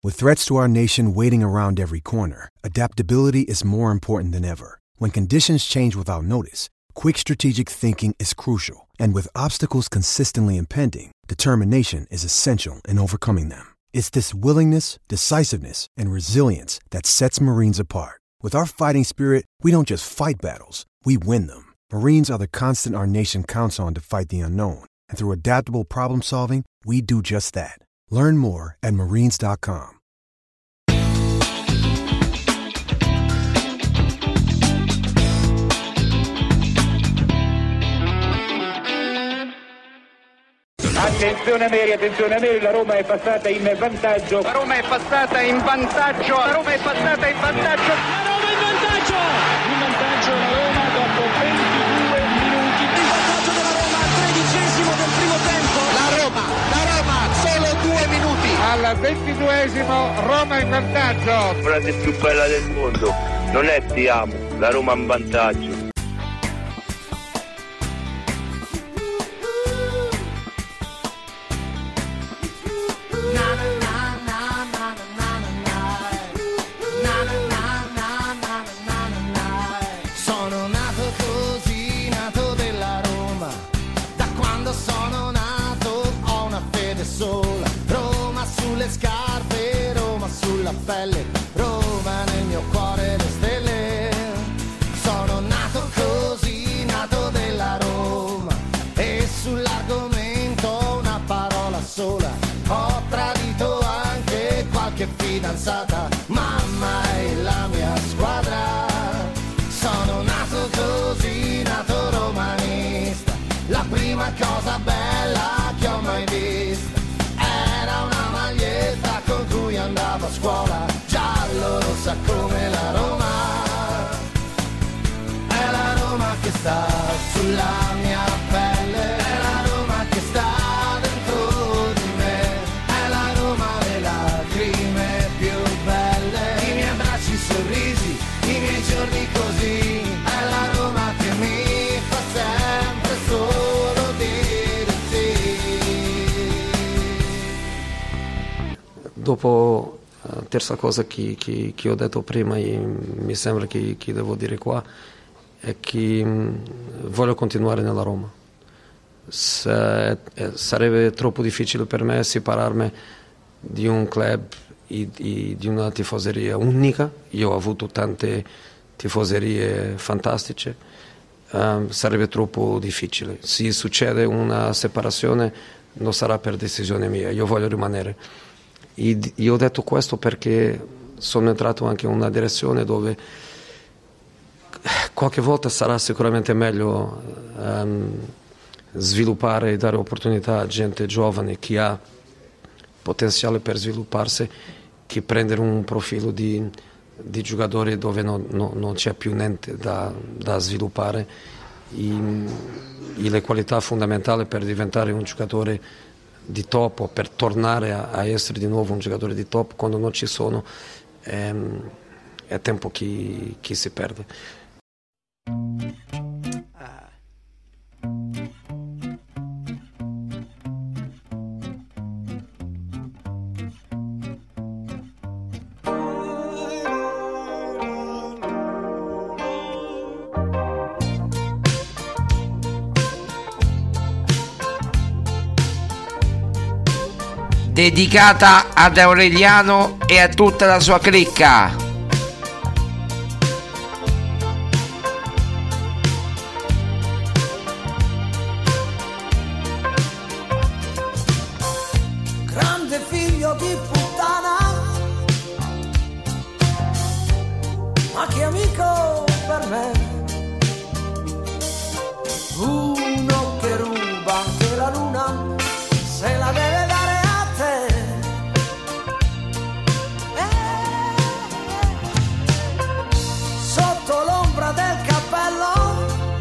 With threats to our nation waiting around every corner, adaptability is more important than ever. When conditions change without notice, quick strategic thinking is crucial. And with obstacles consistently impending, determination is essential in overcoming them. It's this willingness, decisiveness, and resilience that sets Marines apart. With our fighting spirit, we don't just fight battles, we win them. Marines are the constant our nation counts on to fight the unknown. And through adaptable problem solving, we do just that. Learn more at marines.com. Attenzione Ameri, la Roma è passata in vantaggio. La Roma è passata in vantaggio. La Roma è passata in vantaggio. La Roma in vantaggio. In vantaggio la Roma dopo 22 minuti. Il vantaggio della Roma al 13° del primo tempo. La Roma, solo 2 minuti. Al 22esimo Roma in vantaggio. La frase più bella del mondo non è ti amo, la Roma in vantaggio. Pelle, Roma nel mio cuore le stelle. Sono nato così, nato della Roma. E sull'argomento una parola sola. Ho tradito anche qualche fidanzata. Mamma è la mia squadra. Sono nato così, nato romanista. La prima cosa bella che ho mai vista era una maglietta con cui andavo a scuola, giallo rossa come la Roma. È la Roma che sta sulla mia pelle, è la Roma che sta dentro di me, è la Roma le lacrime più belle, i miei abbracci, i sorrisi, i miei giorni così, è la Roma che mi fa sempre solo dire sì. Dopo terza cosa che ho detto prima e mi sembra che devo dire qua è che voglio continuare nella Roma. Sarebbe troppo difficile per me separarmi di un club e di una tifoseria unica. Io ho avuto tante tifoserie fantastiche, sarebbe troppo difficile. Se succede una separazione non sarà per decisione mia, io voglio rimanere. Io ho detto questo perché sono entrato anche in una direzione dove qualche volta sarà sicuramente meglio sviluppare e dare opportunità a gente giovane che ha potenziale per svilupparsi, che prendere un profilo di giocatore dove non c'è più niente da sviluppare e le qualità fondamentali per diventare un giocatore di top o per tornare a essere di nuovo un giocatore di top quando non ci sono è tempo che si perde. Dedicata ad Aureliano e a tutta la sua cricca. Grande figlio di puttana, ma che amico per me. Uno che ruba anche la luna, se la deve dare a te. Sotto l'ombra del cappello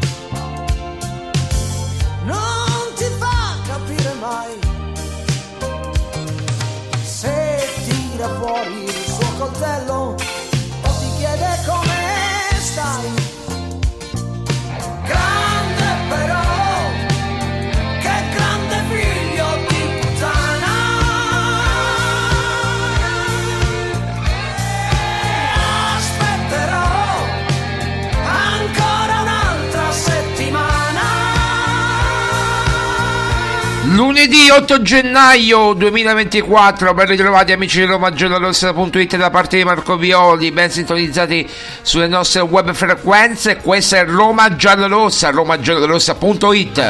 non ti fa capire mai. Se tira fuori il suo coltello o ti chiede come stai. Grande però, che grande figlio di puttana. Lunedì 8 gennaio 2024, ben ritrovati amici di RomaGiallorossa.it da parte di Marco Violi, ben sintonizzati sulle nostre web frequenze. Questa è Roma Giallorossa, RomaGiallorossa.it.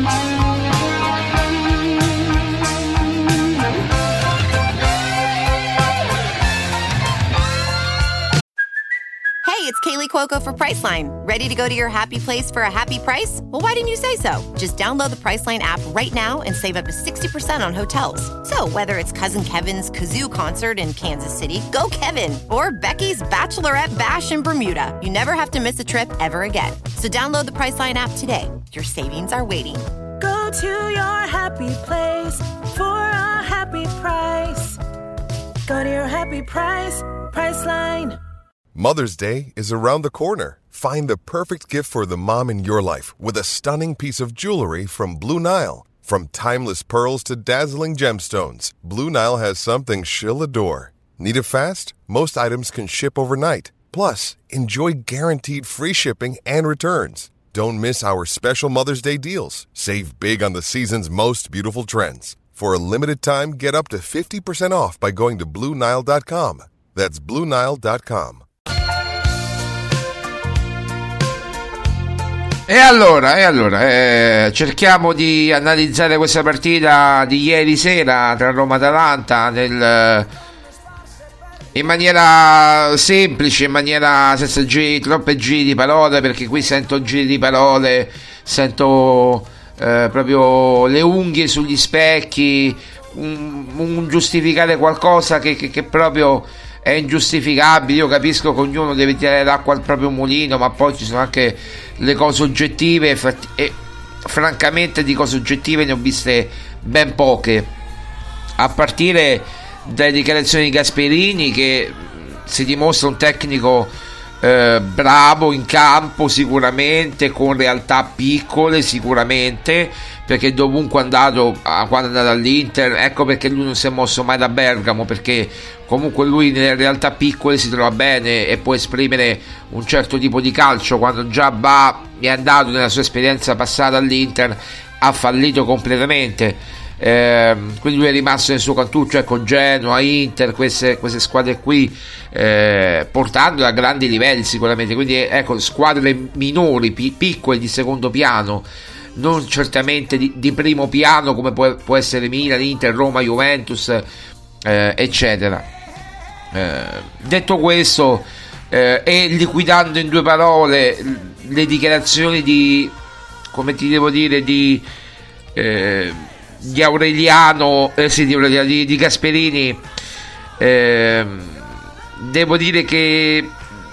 It's Kaylee Cuoco for Priceline. Ready to go to your happy place for a happy price? Well, why didn't you say so? Just download the Priceline app right now and save up to 60% on hotels. So whether it's Cousin Kevin's Kazoo Concert in Kansas City, go Kevin, or Becky's Bachelorette Bash in Bermuda, you never have to miss a trip ever again. So download the Priceline app today. Your savings are waiting. Go to your happy place for a happy price. Go to your happy price, Priceline. Mother's Day is around the corner. Find the perfect gift for the mom in your life with a stunning piece of jewelry from Blue Nile. From timeless pearls to dazzling gemstones, Blue Nile has something she'll adore. Need it fast? Most items can ship overnight. Plus, enjoy guaranteed free shipping and returns. Don't miss our special Mother's Day deals. Save big on the season's most beautiful trends. For a limited time, get up to 50% off by going to BlueNile.com. That's BlueNile.com. E allora, cerchiamo di analizzare questa partita di ieri sera tra Roma e Atalanta in maniera semplice, in maniera senza troppe giri di parole, perché qui sento giri di parole, sento proprio le unghie sugli specchi, un giustificare qualcosa che proprio è ingiustificabile. Io capisco che ognuno deve tirare l'acqua al proprio mulino, ma poi ci sono anche le cose oggettive e francamente di cose oggettive ne ho viste ben poche, a partire dalle dichiarazioni di Gasperini, che si dimostra un tecnico bravo in campo sicuramente, con realtà piccole sicuramente, perché dovunque è andato, quando è andato all'Inter, ecco perché lui non si è mosso mai da Bergamo, perché comunque lui nelle realtà piccole si trova bene e può esprimere un certo tipo di calcio. Quando già è andato nella sua esperienza passata all'Inter, ha fallito completamente, quindi lui è rimasto nel suo cantuccio, ecco, Genoa, Inter, queste squadre qui, portandole a grandi livelli sicuramente, quindi ecco, squadre minori, piccole, di secondo piano, non certamente di primo piano come può essere Milan, Inter, Roma, Juventus, eccetera. Detto questo, e liquidando in due parole le dichiarazioni di Aureliano, di Gasperini, devo dire che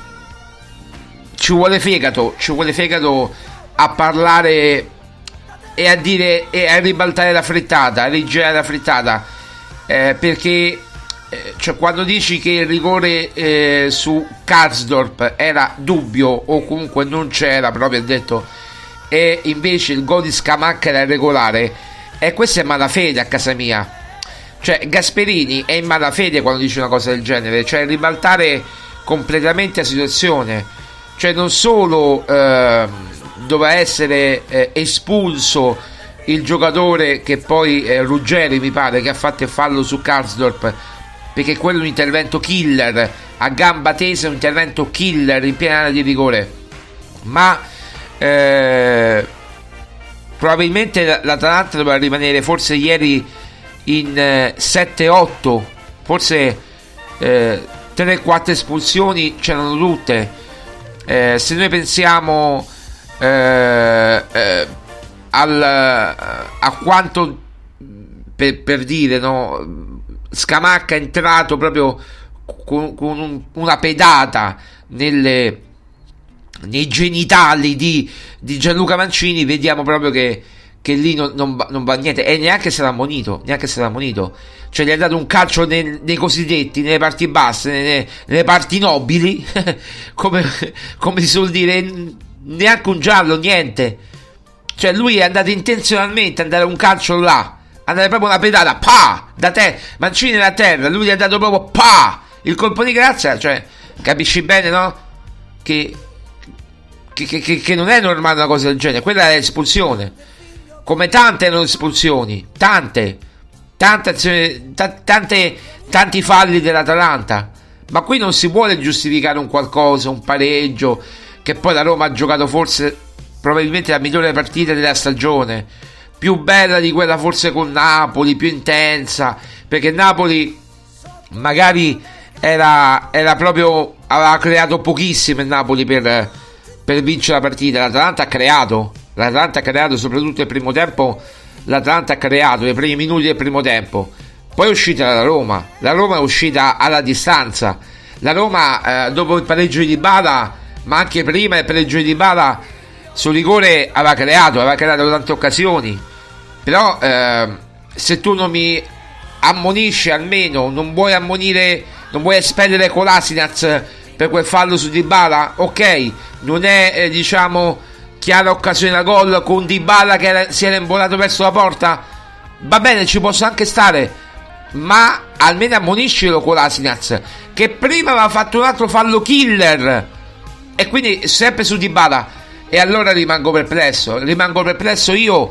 ci vuole fegato a parlare e a dire e a ribaltare la frittata, a rigirare la frittata, perché cioè, quando dici che il rigore su Karsdorp era dubbio o comunque non c'era proprio, ha detto, e invece il gol di Scamacca era regolare, e questa è malafede a casa mia. Cioè Gasperini è in malafede quando dice una cosa del genere, cioè ribaltare completamente la situazione. Cioè non solo doveva essere espulso il giocatore che poi Ruggeri, mi pare, che ha fatto il fallo su Karsdorp, perché quello è un intervento killer a gamba tesa, un intervento killer in piena area di rigore, ma probabilmente l'Atalanta doveva rimanere forse ieri in 7-8, forse 3-4 espulsioni c'erano tutte. Se noi pensiamo a quanto, per dire, no, Scamacca è entrato proprio con una pedata nei genitali di Gianluca Mancini, vediamo proprio che lì non va niente, e neanche sarà ammonito, cioè gli ha dato un calcio nei cosiddetti, nelle parti basse, nelle parti nobili, come si suol dire, neanche un giallo, niente. Cioè lui è andato intenzionalmente a dare un calcio là, andare proprio una pedata, pa, da te, Mancini da terra, lui gli ha dato proprio pa, il colpo di grazia. Cioè capisci bene, no? Che non è normale una cosa del genere. Quella è l'espulsione. come tante erano espulsioni, tanti falli dell'Atalanta, ma qui non si vuole giustificare un qualcosa, un pareggio, che poi la Roma ha giocato forse probabilmente la migliore partita della stagione, più bella di quella forse con Napoli, più intensa, perché Napoli magari era proprio, aveva creato pochissimo il Napoli per vincere la partita. L'Atalanta ha creato, soprattutto nel primo tempo. L'Atalanta ha creato nei primi minuti del primo tempo, poi è uscita la Roma è uscita alla distanza. La Roma dopo il pareggio di Dybala, ma anche prima del pareggio di Dybala, sul rigore aveva creato tante occasioni, però se tu non mi ammonisci, almeno non vuoi espellere Kolasinac per quel fallo su Dybala, ok, non è chiara occasione da gol con Dybala che si era imbolato verso la porta, va bene, ci posso anche stare, ma almeno ammoniscilo Kolasinac, che prima aveva fatto un altro fallo killer, e quindi sempre su Dybala. E allora rimango perplesso io,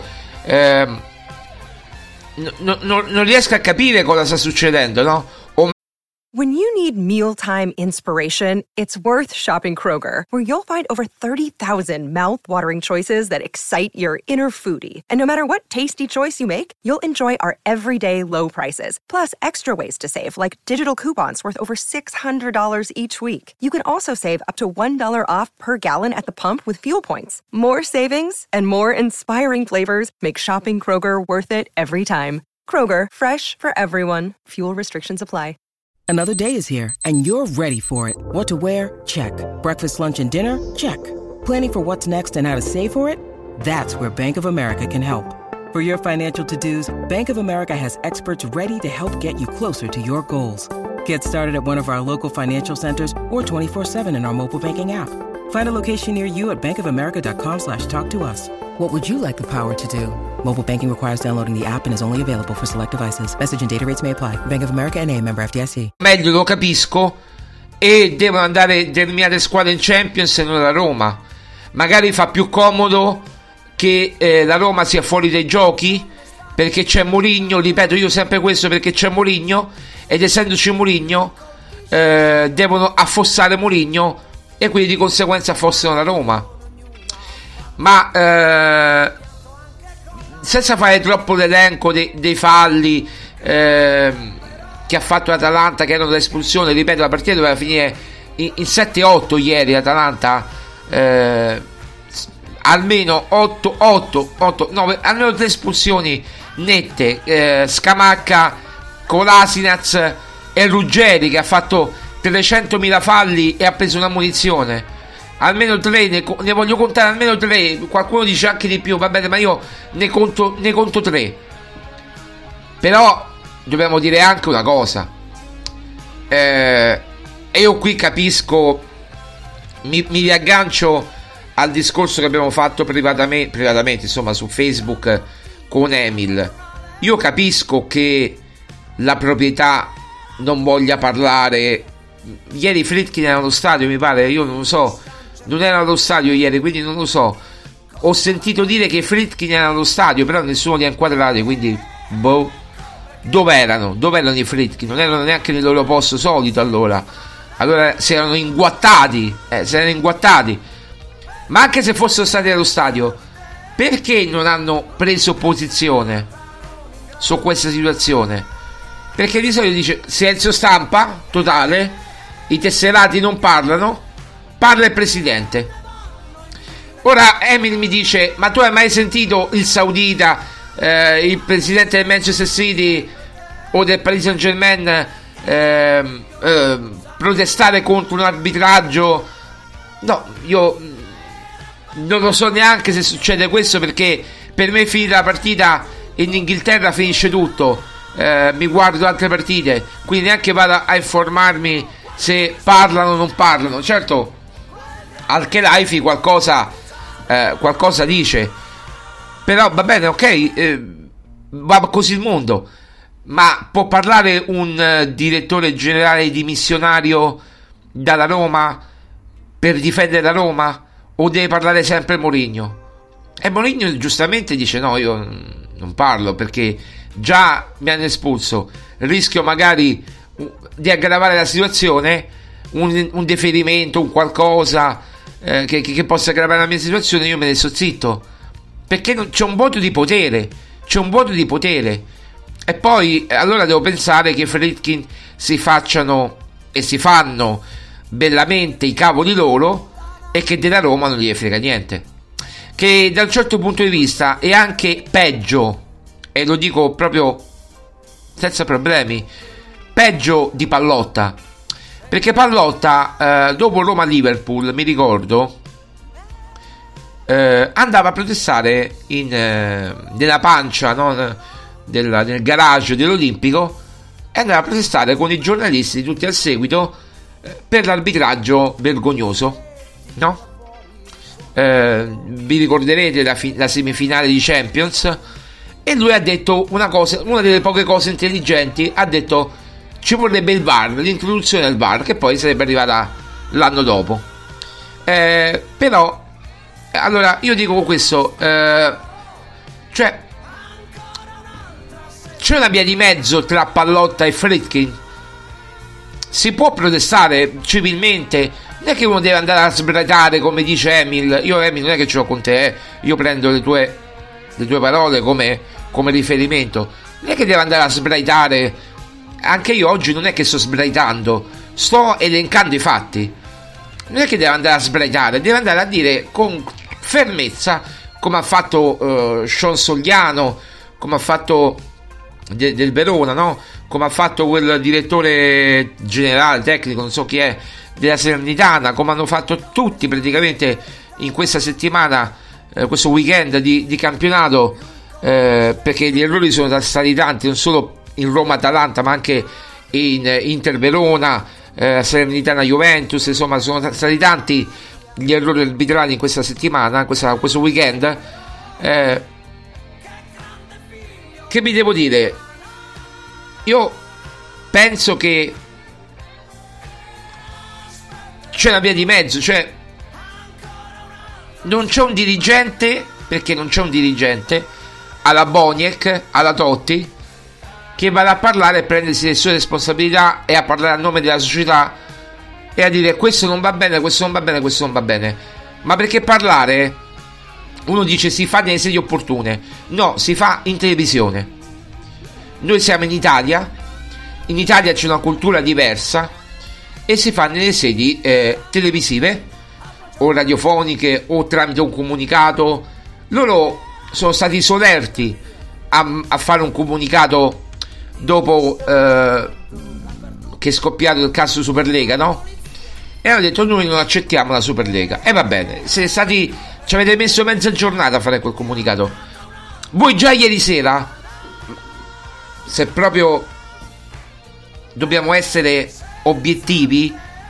non riesco a capire cosa sta succedendo, no? When you need mealtime inspiration, it's worth shopping Kroger, where you'll find over 30,000 mouth-watering choices that excite your inner foodie. And no matter what tasty choice you make, you'll enjoy our everyday low prices, plus extra ways to save, like digital coupons worth over $600 each week. You can also save up to $1 off per gallon at the pump with fuel points. More savings and more inspiring flavors make shopping Kroger worth it every time. Kroger, fresh for everyone. Fuel restrictions apply. Another day is here, and you're ready for it. What to wear? Check. Breakfast, lunch, and dinner? Check. Planning for what's next and how to save for it? That's where Bank of America can help. For your financial to-dos, Bank of America has experts ready to help get you closer to your goals. Get started at one of our local financial centers or 24/7 in our mobile banking app. Find a location near you at bankofamerica.com/talktous. What would you like the power to do? Mobile banking requires downloading the app and is only available for select devices. Message and data rates may apply. Bank of America N.A., member FDIC. Meglio, lo capisco, e devono andare determinate squadre in Champions e non la Roma. Magari fa più comodo che la Roma sia fuori dai giochi perché c'è Mourinho, ripeto io sempre questo, perché c'è Mourinho, ed essendoci Mourinho devono affossare Mourinho e quindi di conseguenza affossano la Roma. Ma senza fare troppo l'elenco dei falli che ha fatto l'Atalanta, che erano l'espulsione, ripeto, la partita doveva finire in 7-8 ieri. L'Atalanta almeno 9, almeno 3 espulsioni nette, Scamacca, Kolasinac e Ruggeri, che ha fatto 300.000 falli e ha preso una munizione. Almeno 3, ne voglio contare almeno 3. Qualcuno dice anche di più, va bene, ma io ne conto 3. Però dobbiamo dire anche una cosa, e io qui capisco, mi riaggancio al discorso che abbiamo fatto privatamente, insomma, su Facebook con Emil. Io capisco che la proprietà non voglia parlare. Ieri Friedkin era allo stadio, mi pare, io non lo so, non era allo stadio ieri, quindi non lo so. Ho sentito dire che Friedkin era allo stadio, però nessuno li ha inquadrati, quindi boh. Dove erano i Friedkin? Non erano neanche nel loro posto solito, allora si erano inguattati. Ma anche se fossero stati allo stadio, perché non hanno preso posizione su questa situazione? Perché di solito dice silenzio stampa totale, i tesserati non parlano, parla il presidente. Ora Emil mi dice: ma tu hai mai sentito il saudita, il presidente del Manchester City o del Paris Saint-Germain protestare contro un arbitraggio? No, io non lo so neanche se succede questo, perché per me finita la partita in Inghilterra finisce tutto, mi guardo altre partite, quindi neanche vado a informarmi se parlano o non parlano. Certo, al Chelaifi qualcosa dice, però va bene, ok, va così il mondo. Ma può parlare un direttore generale dimissionario dalla Roma per difendere la Roma, o deve parlare sempre Mourinho? E Mourinho giustamente dice no, io non parlo perché già mi hanno espulso, rischio magari di aggravare la situazione, un deferimento, un qualcosa che possa aggravare la mia situazione, io me ne sto zitto, perché c'è un vuoto di potere, e poi allora devo pensare che i Friedkin si facciano e si fanno bellamente i cavoli loro e che della Roma non gli frega niente, che da un certo punto di vista è anche peggio, e lo dico proprio senza problemi, peggio di Pallotta, perché Pallotta dopo Roma-Liverpool, mi ricordo, andava a protestare nella pancia, no? Nel garage dell'Olimpico, e andava a protestare con i giornalisti tutti al seguito per l'arbitraggio vergognoso, no? Vi ricorderete la semifinale di Champions, e lui ha detto una cosa, una delle poche cose intelligenti, ha detto ci vorrebbe il VAR, l'introduzione del VAR, che poi sarebbe arrivata l'anno dopo. Però allora io dico questo, cioè c'è una via di mezzo tra Pallotta e Friedkin. Si può protestare civilmente, non è che uno deve andare a sbraitare come dice Emil. Io Emil non è che ce l'ho con te, io prendo le tue parole come riferimento, non è che deve andare a sbraitare. Anche io oggi non è che sto sbraitando, sto elencando i fatti. Non è che deve andare a sbraitare, deve andare a dire con fermezza, come ha fatto Sean Sogliano, come ha fatto del Verona, no? Come ha fatto quel direttore generale tecnico, non so chi è, della Salernitana, come hanno fatto tutti praticamente in questa settimana, questo weekend di campionato, perché gli errori sono stati tanti, non solo in Roma-Atalanta ma anche in Inter-Verona, Salernitana-Juventus, insomma sono stati tanti gli errori arbitrali in questa settimana, questo weekend. Che vi devo dire? Io penso che c'è una via di mezzo, cioè non c'è un dirigente, perché non c'è un dirigente alla Boniek, alla Totti, che vada a parlare e prendersi le sue responsabilità e a parlare a nome della società e a dire questo non va bene, questo non va bene, questo non va bene. Ma perché parlare? Uno dice si fa nelle sedi opportune, no, si fa in televisione. Noi siamo in Italia c'è una cultura diversa e si fa nelle sedi televisive o radiofoniche o tramite un comunicato. Loro sono stati solerti a fare un comunicato dopo che è scoppiato il caso Superlega, no? E hanno detto noi non accettiamo la Superlega. E va bene, siete stati, ci avete messo mezza giornata a fare quel comunicato. Voi già ieri sera, se proprio dobbiamo essere obiettivi,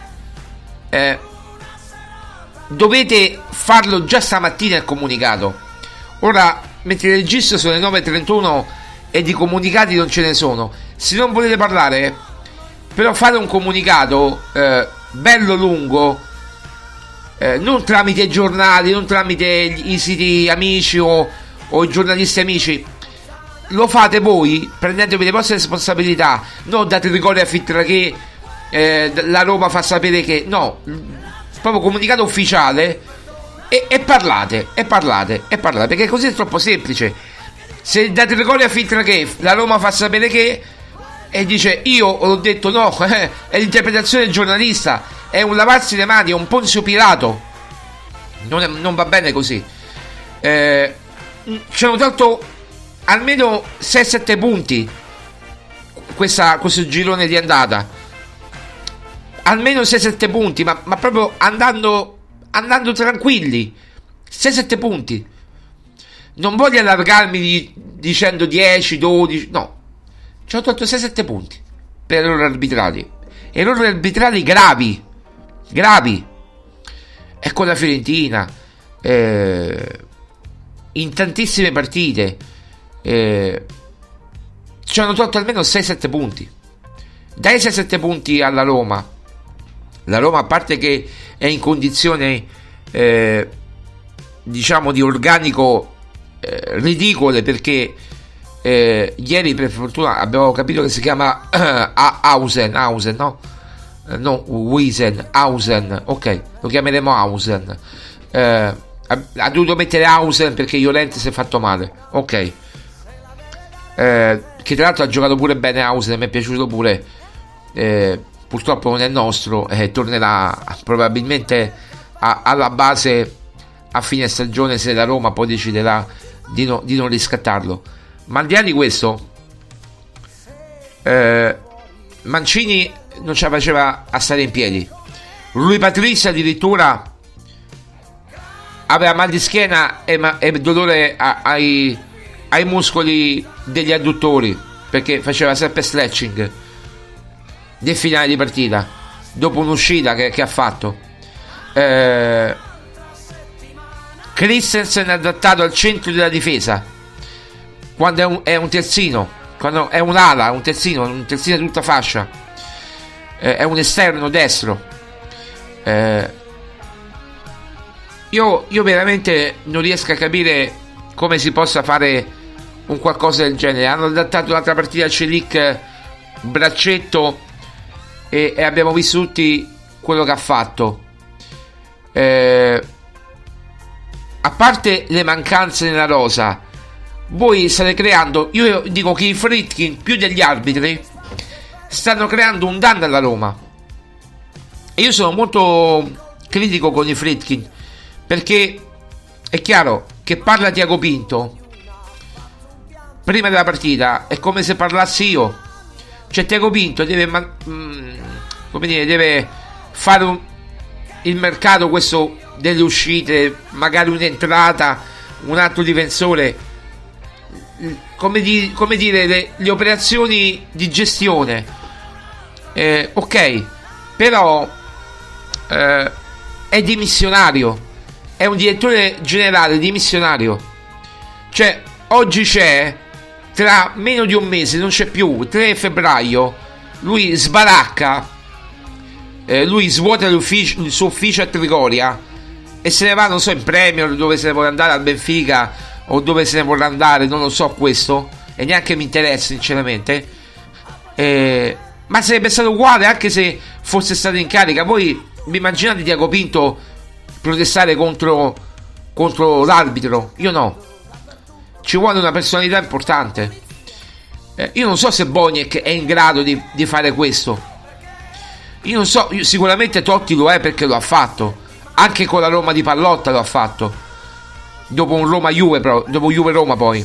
dovete farlo già stamattina il comunicato. Ora, mentre registro sono le 9:31 e di comunicati non ce ne sono. Se non volete parlare, però fate un comunicato bello lungo, non tramite i giornali, non tramite i siti amici o i giornalisti amici. Lo fate voi, prendetevi le vostre responsabilità, non date rigore a Fittra che la Roma fa sapere che no, proprio comunicato ufficiale e parlate, perché così è troppo semplice. Se date rigore a Fittra che la Roma fa sapere che e dice io ho detto no, è l'interpretazione del giornalista, è un lavarsi le mani, è un Ponzio Pilato, non va bene così. Ci hanno tolto almeno 6-7 punti questo girone di andata, almeno 6-7 punti, ma proprio andando tranquilli, 6-7 punti. Non voglio allargarmi dicendo 10, 12, no, ci ho tolto 6-7 punti per errori arbitrali gravi, e con la Fiorentina in tantissime partite ci hanno tolto almeno 6-7 punti. Dai 6-7 punti alla Roma. La Roma, a parte che è in condizione diciamo di organico ridicole, perché ieri per fortuna abbiamo capito che si chiama Hausen, no? No, Wiesen, Hausen, ok, lo chiameremo Hausen. Ha dovuto mettere Hausen perché Llorente si è fatto male, ok. Che tra l'altro ha giocato pure bene Hausen, mi è piaciuto pure. Purtroppo non è nostro, tornerà probabilmente alla base a fine stagione se la Roma poi deciderà di non riscattarlo. Ma al di là di questo, Mancini non ce la faceva a stare in piedi. Rui Patricio addirittura aveva mal di schiena e dolore ai muscoli degli adduttori, perché faceva sempre stretching nel finale di partita dopo un'uscita che ha fatto. Christensen è adattato al centro della difesa quando è un terzino, quando è un'ala, un terzino di tutta fascia, è un esterno destro. Io veramente non riesco a capire come si possa fare un qualcosa del genere. Hanno adattato l'altra partita a Celic braccetto e abbiamo visto tutti quello che ha fatto. A parte le mancanze nella rosa, voi state creando, io dico che i Friedkin più degli arbitri stanno creando un danno alla Roma, e io sono molto critico con i Friedkin, perché è chiaro che parla Tiago Pinto prima della partita, è come se parlassi io. Cioè Tiago Pinto deve deve fare il mercato questo delle uscite, magari un'entrata, un altro difensore, come dire le operazioni di gestione, ok, però è dimissionario, è un direttore generale dimissionario. Cioè oggi c'è, tra meno di un mese non c'è più, 3 febbraio lui sbaracca, lui svuota il suo ufficio a Trigoria e se ne va, non so, in Premier, dove se ne vuole andare, al Benfica, o dove se ne vorrà andare, non lo so questo, e neanche mi interessa sinceramente. Ma sarebbe stato uguale anche se fosse stato in carica. Voi vi immaginate Tiago Pinto protestare contro l'arbitro? Io no. Ci vuole una personalità importante. Io non so se Boniek è in grado di fare questo. Io non so, sicuramente Totti lo è, perché lo ha fatto. Anche con la Roma di Pallotta lo ha fatto. Dopo un Roma-Juve, dopo Juve-Roma poi.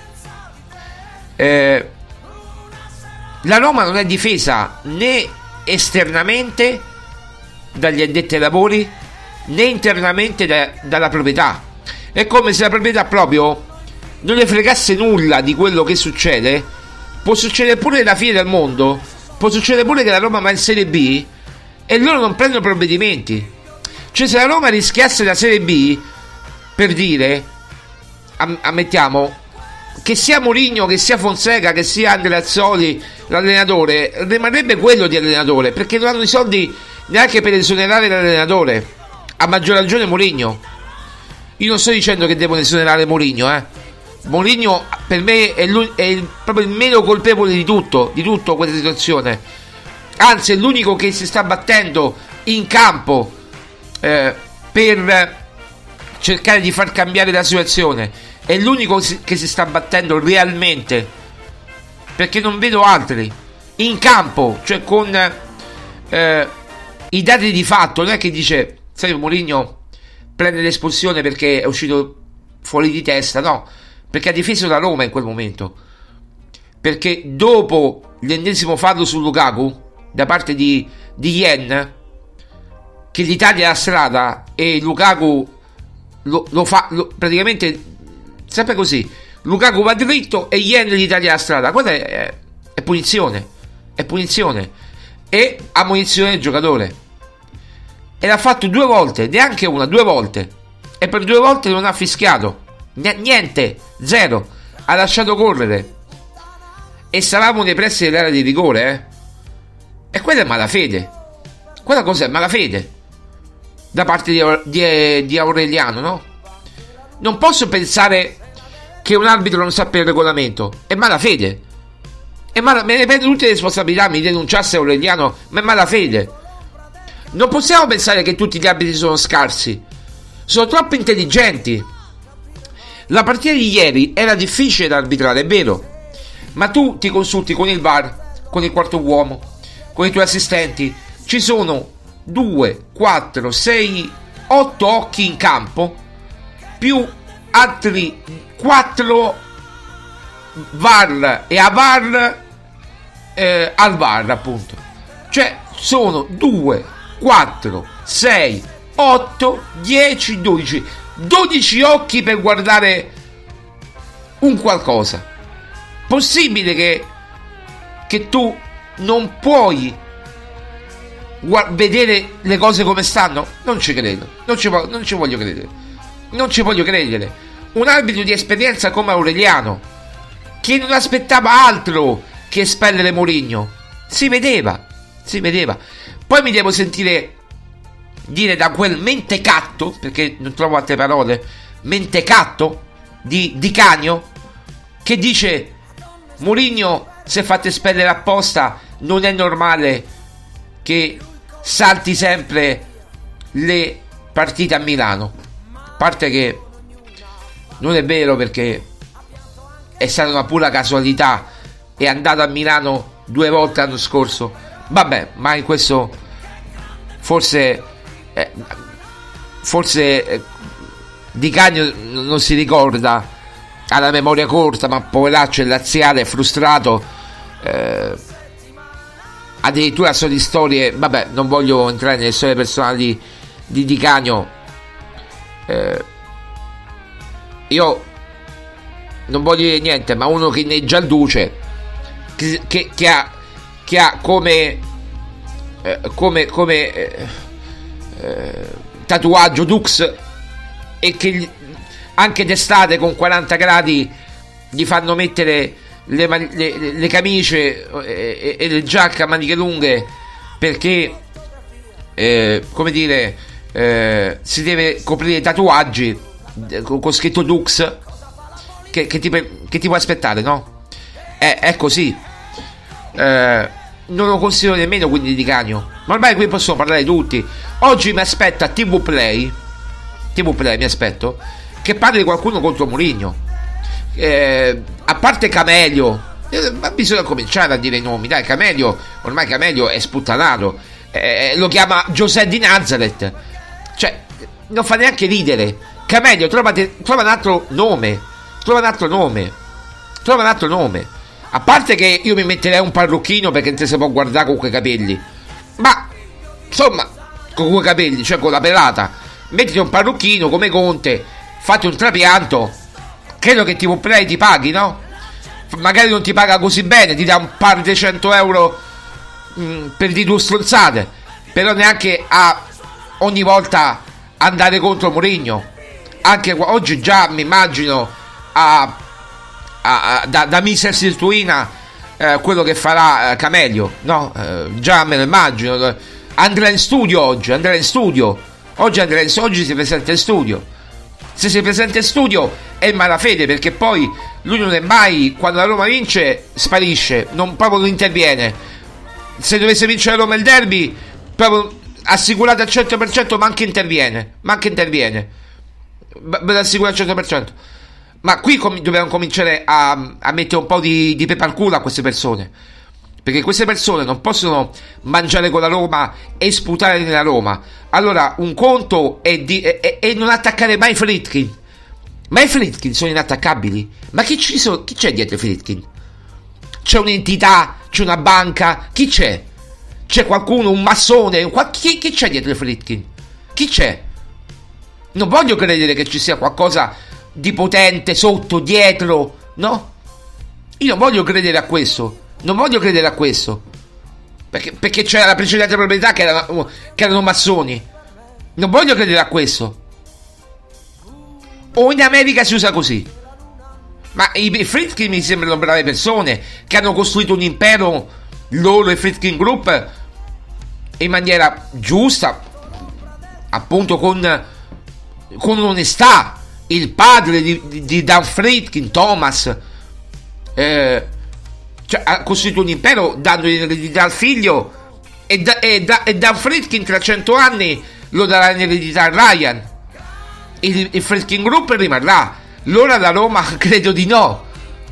La Roma non è difesa né esternamente dagli addetti ai lavori, né internamente dalla proprietà. È come se la proprietà proprio non le fregasse nulla di quello che succede. Può succedere pure la fine del mondo, può succedere pure che la Roma va in Serie B e loro non prendono provvedimenti. Cioè se la Roma rischiasse la Serie B, per dire, ammettiamo che sia Mourinho, che sia Fonseca, che sia Andreazzoli l'allenatore, rimarrebbe quello di allenatore, perché non hanno i soldi neanche per esonerare l'allenatore. A maggior ragione Mourinho. Io non sto dicendo che devono esonerare Mourinho, Mourinho per me è proprio il meno colpevole di tutto questa situazione. Anzi è l'unico che si sta battendo in campo per cercare di far cambiare la situazione. È l'unico che si sta battendo realmente, perché non vedo altri in campo, cioè con i dati di fatto. Non è che dice, sai, Mourinho prende l'espulsione perché è uscito fuori di testa, no, perché ha difeso la Roma in quel momento, perché dopo l'ennesimo fallo su Lukaku da parte di Yen, che l'Italia è a strada e Lukaku lo fa praticamente sempre così, Lukaku va dritto e Yen l'Italia è a strada, quella è punizione, e ammonizione del giocatore, e l'ha fatto 2 volte, neanche una, 2 volte, e per 2 volte non ha fischiato niente, zero, ha lasciato correre, e stavamo nei pressi dell'area di rigore, e quella è malafede, quella cosa è malafede da parte di Aureliano, no? Non posso pensare che un arbitro non sappia il regolamento. È malafede. Me ne prendo tutte le responsabilità, mi denunciasse Aureliano, ma è malafede. Non possiamo pensare che tutti gli arbitri sono scarsi. Sono troppo intelligenti. La partita di ieri era difficile da arbitrare, è vero, ma tu ti consulti con il VAR, con il quarto uomo, con i tuoi assistenti. Ci sono 2, 4, 6, 8 occhi in campo, più altri 4 VAR e AVAR al VAR, appunto. Cioè sono 2, 4, 6, 8, 10, 12 occhi per guardare un qualcosa. Possibile che tu non puoi vedere le cose come stanno? Non ci credo. Non ci voglio credere. Non ci voglio credere. Un arbitro di esperienza come Aureliano, che non aspettava altro che espellere Mourinho, si vedeva. Poi mi devo sentire dire da quel mentecatto, perché non trovo altre parole, mentecatto di Canio, che dice: Mourinho si è fatto espellere apposta, non è normale che salti sempre le partite a Milano. A parte che non è vero, perché è stata una pura casualità, è andato a Milano 2 volte l'anno scorso. Vabbè, ma in questo forse Di Canio non si ricorda, ha la memoria corta, ma poveraccio è laziale, è frustrato, addirittura sono di storie. Vabbè, non voglio entrare nelle storie personali di Di Canio. Io non voglio dire niente, ma uno che inneggia al Duce, che ha come tatuaggio Dux, e che anche d'estate con 40 gradi gli fanno mettere le camicie e le giacche a maniche lunghe, perché si deve coprire i tatuaggi con scritto Dux. Che ti puoi aspettare, no? È così. Non lo considero nemmeno quindi Di Canio, ma ormai qui possiamo parlare tutti. Oggi mi aspetta TV Play mi aspetto che parli di qualcuno contro Mourinho, a parte Camelio, ma bisogna cominciare a dire i nomi, dai. Ormai Camelio è sputtanato, lo chiama Giuseppe di Nazareth, cioè non fa neanche ridere. Camelio, trova un altro nome. A parte che io mi metterei un parrucchino, perché non si può guardare con quei capelli, ma insomma, con quei capelli, cioè con la pelata, mettiti un parrucchino come Conte, fate un trapianto. Credo che TV Play ti paghi, no? Magari non ti paga così bene, ti dà un par di 100 euro per di due stronzate, però neanche a ogni volta andare contro Mourinho. Anche oggi già mi immagino da Mister Sirtuina quello che farà Camelio, no? Già me lo immagino. Andrà in studio oggi si presenta in studio. Se si presenta in studio è in malafede, perché poi lui non è mai, quando la Roma vince sparisce, proprio non interviene. Se dovesse vincere la Roma il derby, proprio assicurato al 100%, ma anche interviene, ve lo assicuro al 100%. Ma qui dobbiamo cominciare a mettere un po' di pepe al culo a queste persone, perché queste persone non possono mangiare con la Roma e sputare nella Roma. Allora, un conto è non attaccare mai Friedkin. Ma i Friedkin sono inattaccabili? Ma chi c'è dietro i Friedkin? C'è un'entità? C'è una banca? Chi c'è? C'è qualcuno? Un massone? Chi c'è dietro i Friedkin? Chi c'è? Non voglio credere che ci sia qualcosa di potente sotto, dietro, no? Io non voglio credere a questo. Perché c'era la precedente proprietà che erano massoni. Non voglio credere a questo. O in America si usa così. Ma i Friedkin mi sembrano brave persone che hanno costruito un impero, loro e Friedkin Group, in maniera giusta, appunto con onestà, il padre di Dan Friedkin, Thomas, ha costruito un impero dando in eredità al figlio, e Dan Friedkin tra 100 anni lo darà in eredità a Ryan. Il Friedkin Group rimarrà. L'ora da Roma credo di no.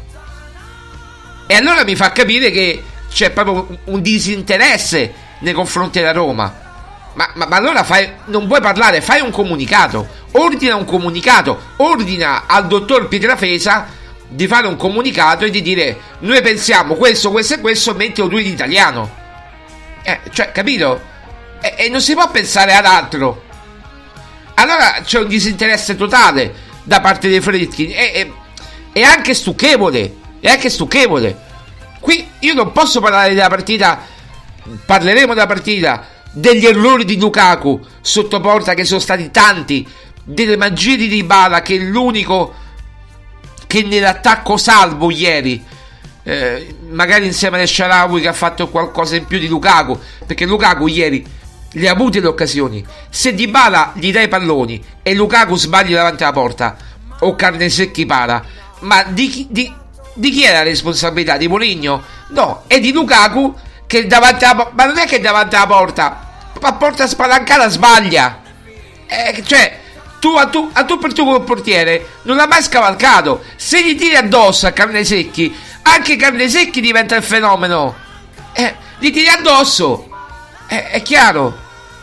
E allora mi fa capire che c'è proprio un disinteresse nei confronti della Roma. Ma allora non vuoi parlare, fai un comunicato, ordina al dottor Pietrafesa di fare un comunicato e di dire: noi pensiamo questo e questo, mettilo tu in italiano. Capito? E non si può pensare ad altro. Allora c'è un disinteresse totale da parte dei Friedkin, è anche stucchevole. Qui io non posso parlare della partita, parleremo della partita, degli errori di Lukaku sotto porta, che sono stati tanti, delle magie di Dybala, che è l'unico che nell'attacco salvo ieri, magari insieme a Shaarawy, che ha fatto qualcosa in più di Lukaku, perché Lukaku ieri le ha avute le occasioni. Se Dybala gli dai i palloni e Lukaku sbaglia davanti alla porta, o Carnesecchi para, ma di chi è la responsabilità? Di Mourinho? No, è di Lukaku, che davanti alla ma non è che davanti alla porta, a porta spalancata sbaglia. Tu per tu come portiere non l'ha mai scavalcato. Se gli tiri addosso a Carnesecchi, anche Carnesecchi diventa il fenomeno. Gli tiri addosso, è chiaro.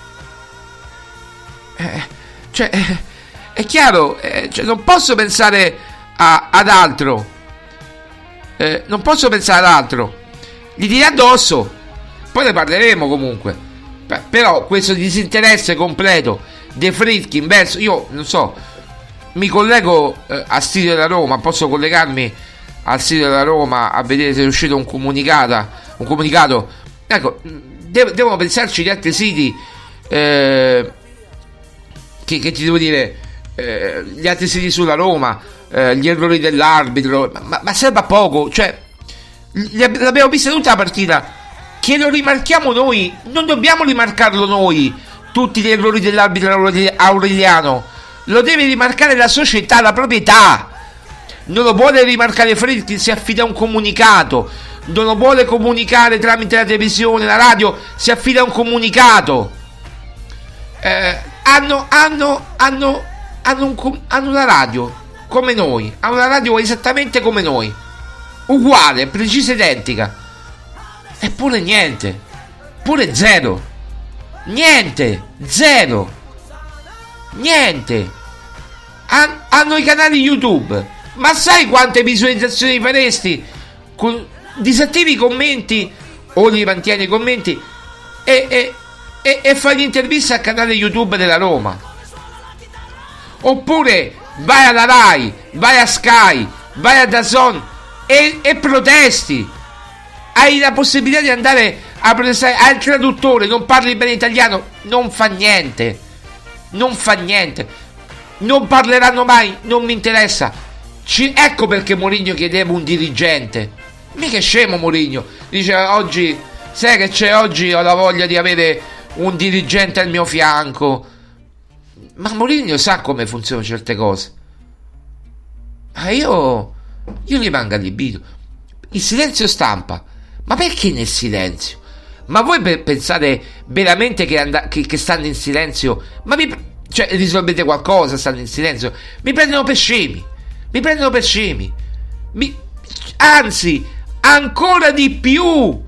È chiaro. Non posso pensare ad altro. Non posso pensare ad altro. Gli tiri addosso, poi ne parleremo comunque. Però questo disinteresse completo dei Friedkin verso, io non so, mi collego al sito della Roma, posso collegarmi al sito della Roma a vedere se è uscito un comunicato. Ecco, devono pensarci gli altri siti, che ti devo dire, gli altri siti sulla Roma, gli errori dell'arbitro, ma serve a poco. L'abbiamo vista tutta la partita. Che lo rimarchiamo noi, non dobbiamo rimarcarlo noi tutti gli errori dell'arbitro Aureliano, lo deve rimarcare la società, la proprietà. Non lo vuole rimarcare Friedkin, si affida a un comunicato. Non lo vuole comunicare tramite la televisione, la radio, si affida a un comunicato. Hanno una radio come noi, hanno una radio esattamente come noi, uguale, precisa, identica. Eppure niente, pure zero, hanno i canali YouTube, ma sai quante visualizzazioni faresti? Disattivi i commenti o li mantieni i commenti e fai l'intervista al canale YouTube della Roma, oppure vai alla Rai, vai a Sky, vai a DAZN e protesti. Hai la possibilità di andare a protestare al traduttore, non parli bene italiano, non fa niente, non parleranno mai, non mi interessa. Ecco perché Mourinho chiedeva un dirigente. Mica è scemo Mourinho, dice: oggi, sai che c'è, oggi ho la voglia di avere un dirigente al mio fianco. Ma Mourinho sa come funzionano certe cose. Ma io rimango allibito. Il silenzio stampa. Ma perché nel silenzio? Ma voi pensate veramente che stanno in silenzio? Ma risolvete qualcosa stando in silenzio? Mi prendono per scemi. Anzi, ancora di più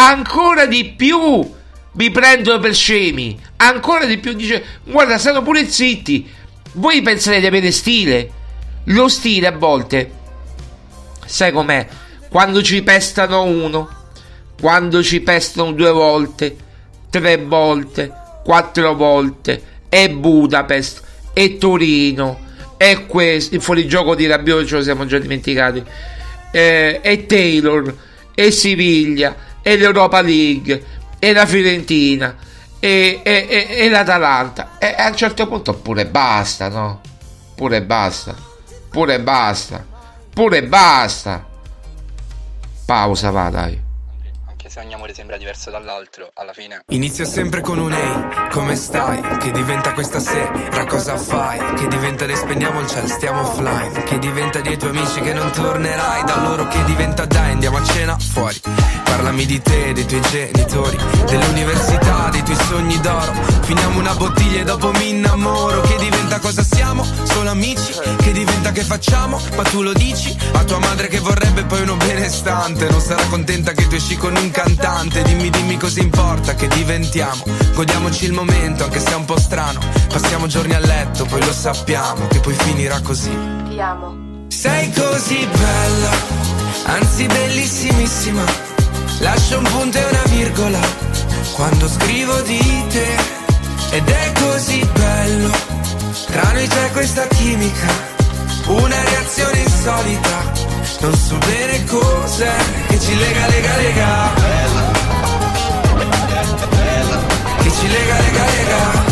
mi prendono per scemi. Ancora di più. Dice: guarda, stanno pure zitti. Voi pensate di avere stile? Lo stile a volte, sai com'è? Quando ci pestano uno, quando ci pestano 2 volte, 3 volte, 4 volte, e Budapest, e Torino, e questo, il fuorigioco di Rabiot ce lo siamo già dimenticati, e Taylor, e Siviglia, e l'Europa League, e la Fiorentina, e l'Atalanta, e a un certo punto pure basta, no? Pure basta. Pausa, va, dai. Anche se ogni amore sembra diverso dall'altro, alla fine inizia sempre con un ehi, come stai? Che diventa questa sera, cosa fai? Che diventa le spegniamo il cielo, stiamo offline. Che diventa dei tuoi amici che non tornerai, da loro che diventa dai, andiamo a cena fuori. Parlami di te, dei tuoi genitori, dell'università, dei tuoi sogni d'oro. Finiamo una bottiglia e dopo mi innamoro. Che diventa cosa siamo? Solo amici? Che diventa che facciamo? Ma tu lo dici? A tua madre che vorrebbe poi uno benestante. Non sarà contenta che tu esci con un cantante. Dimmi cosa importa che diventiamo. Godiamoci il momento anche se è un po' strano. Passiamo giorni a letto, poi lo sappiamo che poi finirà così. Ti amo. Sei così bella, anzi bellissimissima. Lascio un punto e una virgola quando scrivo di te. Ed è così bello, tra noi c'è questa chimica, una reazione insolita. Non so bene cos'è che ci lega. Che ci lega.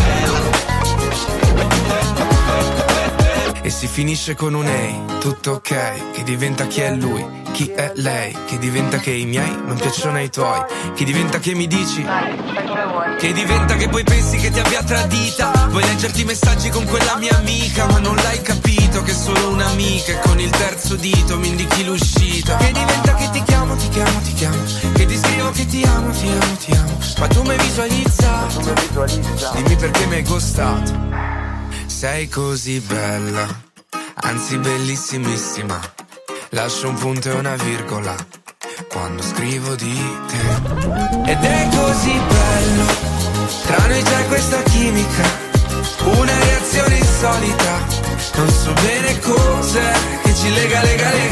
E si finisce con un ehi, tutto ok. Che diventa chi è lui, chi è lei. Che diventa che i miei non piacciono ai tuoi. Che diventa che mi dici che diventa che poi pensi che ti abbia tradita. Vuoi leggerti i messaggi con quella mia amica, ma non l'hai capito che è solo un'amica. E con il terzo dito mi indichi l'uscita. Che diventa che ti chiamo. Che ti scrivo che ti amo. Ma tu mi hai visualizzato. Dimmi perché mi hai ghostato. Sei così bella, anzi bellissimissima. Lascio un punto e una virgola quando scrivo di te. Ed è così bello, tra noi c'è questa chimica, una reazione insolita. Non so bene cos'è che ci lega.